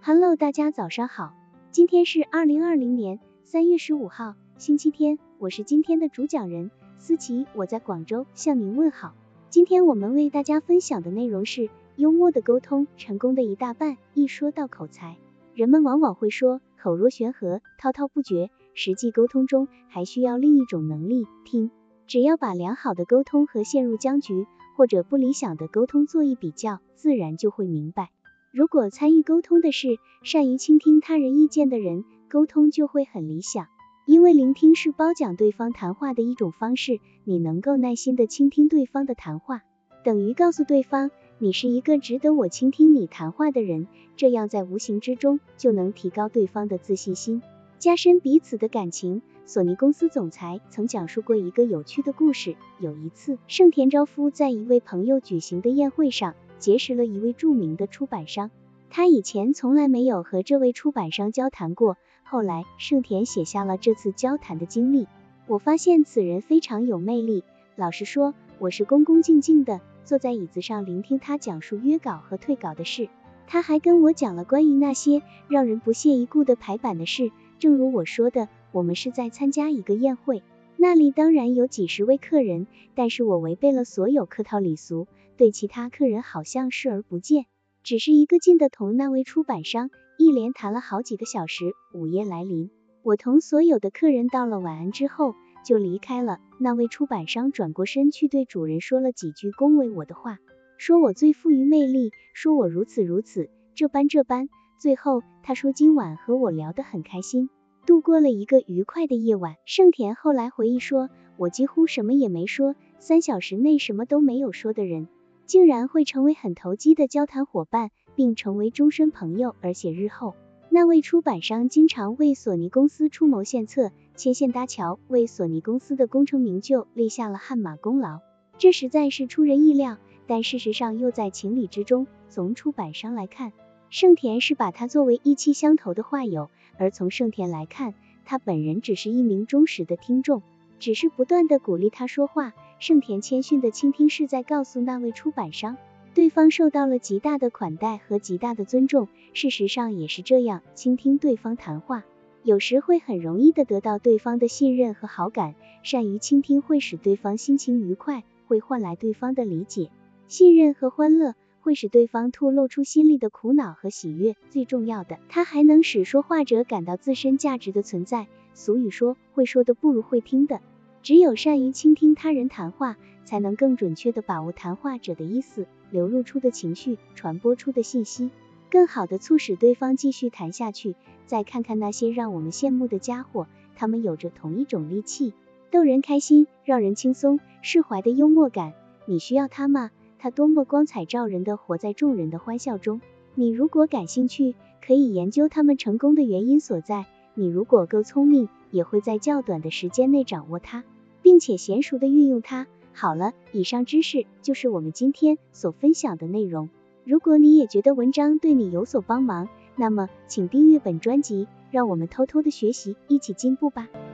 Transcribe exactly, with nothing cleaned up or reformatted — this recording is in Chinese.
Hello， 大家早上好，今天是二零二零年三月十五号，星期天，我是今天的主讲人思琪，我在广州向您问好。今天我们为大家分享的内容是幽默的沟通，成功的一大半。一说到口才，人们往往会说口若悬河，滔滔不绝，实际沟通中还需要另一种能力，听。只要把良好的沟通和陷入僵局或者不理想的沟通做一比较，自然就会明白。如果参与沟通的是善于倾听他人意见的人，沟通就会很理想。因为聆听是褒奖对方谈话的一种方式，你能够耐心地倾听对方的谈话，等于告诉对方你是一个值得我倾听你谈话的人，这样在无形之中就能提高对方的自信心，加深彼此的感情。索尼公司总裁曾讲述过一个有趣的故事，有一次，盛田昭夫在一位朋友举行的宴会上结识了一位著名的出版商，他以前从来没有和这位出版商交谈过，后来盛田写下了这次交谈的经历。我发现此人非常有魅力，老实说，我是恭恭敬敬的坐在椅子上聆听他讲述约稿和退稿的事，他还跟我讲了关于那些让人不屑一顾的排版的事。正如我说的，我们是在参加一个宴会，那里当然有几十位客人，但是我违背了所有客套礼俗，对其他客人好像视而不见，只是一个劲的同那位出版商一连谈了好几个小时。午夜来临，我同所有的客人道了晚安之后就离开了。那位出版商转过身去对主人说了几句恭维我的话，说我最富于魅力，说我如此如此，这般这般。最后他说今晚和我聊得很开心，度过了一个愉快的夜晚。盛田后来回忆说，我几乎什么也没说，三小时内什么都没有说的人，竟然会成为很投机的交谈伙伴，并成为终身朋友。而且日后，那位出版商经常为索尼公司出谋献策，牵线搭桥，为索尼公司的功成名就立下了汗马功劳。这实在是出人意料，但事实上又在情理之中。从出版商来看，盛田是把他作为意气相投的话友，而从盛田来看，他本人只是一名忠实的听众，只是不断地鼓励他说话。盛田谦逊的倾听是在告诉那位出版商，对方受到了极大的款待和极大的尊重。事实上也是这样，倾听对方谈话，有时会很容易的得到对方的信任和好感。善于倾听会使对方心情愉快，会换来对方的理解、信任和欢乐，会使对方吐露出心里的苦恼和喜悦。最重要的，它还能使说话者感到自身价值的存在。俗语说，会说的不如会听的。只有善于倾听他人谈话，才能更准确地把握谈话者的意思，流露出的情绪，传播出的信息，更好地促使对方继续谈下去。再看看那些让我们羡慕的家伙，他们有着同一种戾气，逗人开心，让人轻松释怀的幽默感。你需要他吗？他多么光彩照人地活在众人的欢笑中。你如果感兴趣，可以研究他们成功的原因所在。你如果够聪明，也会在较短的时间内掌握它，并且娴熟地运用它。好了，以上知识就是我们今天所分享的内容。如果你也觉得文章对你有所帮忙，那么请订阅本专辑，让我们偷偷的学习，一起进步吧。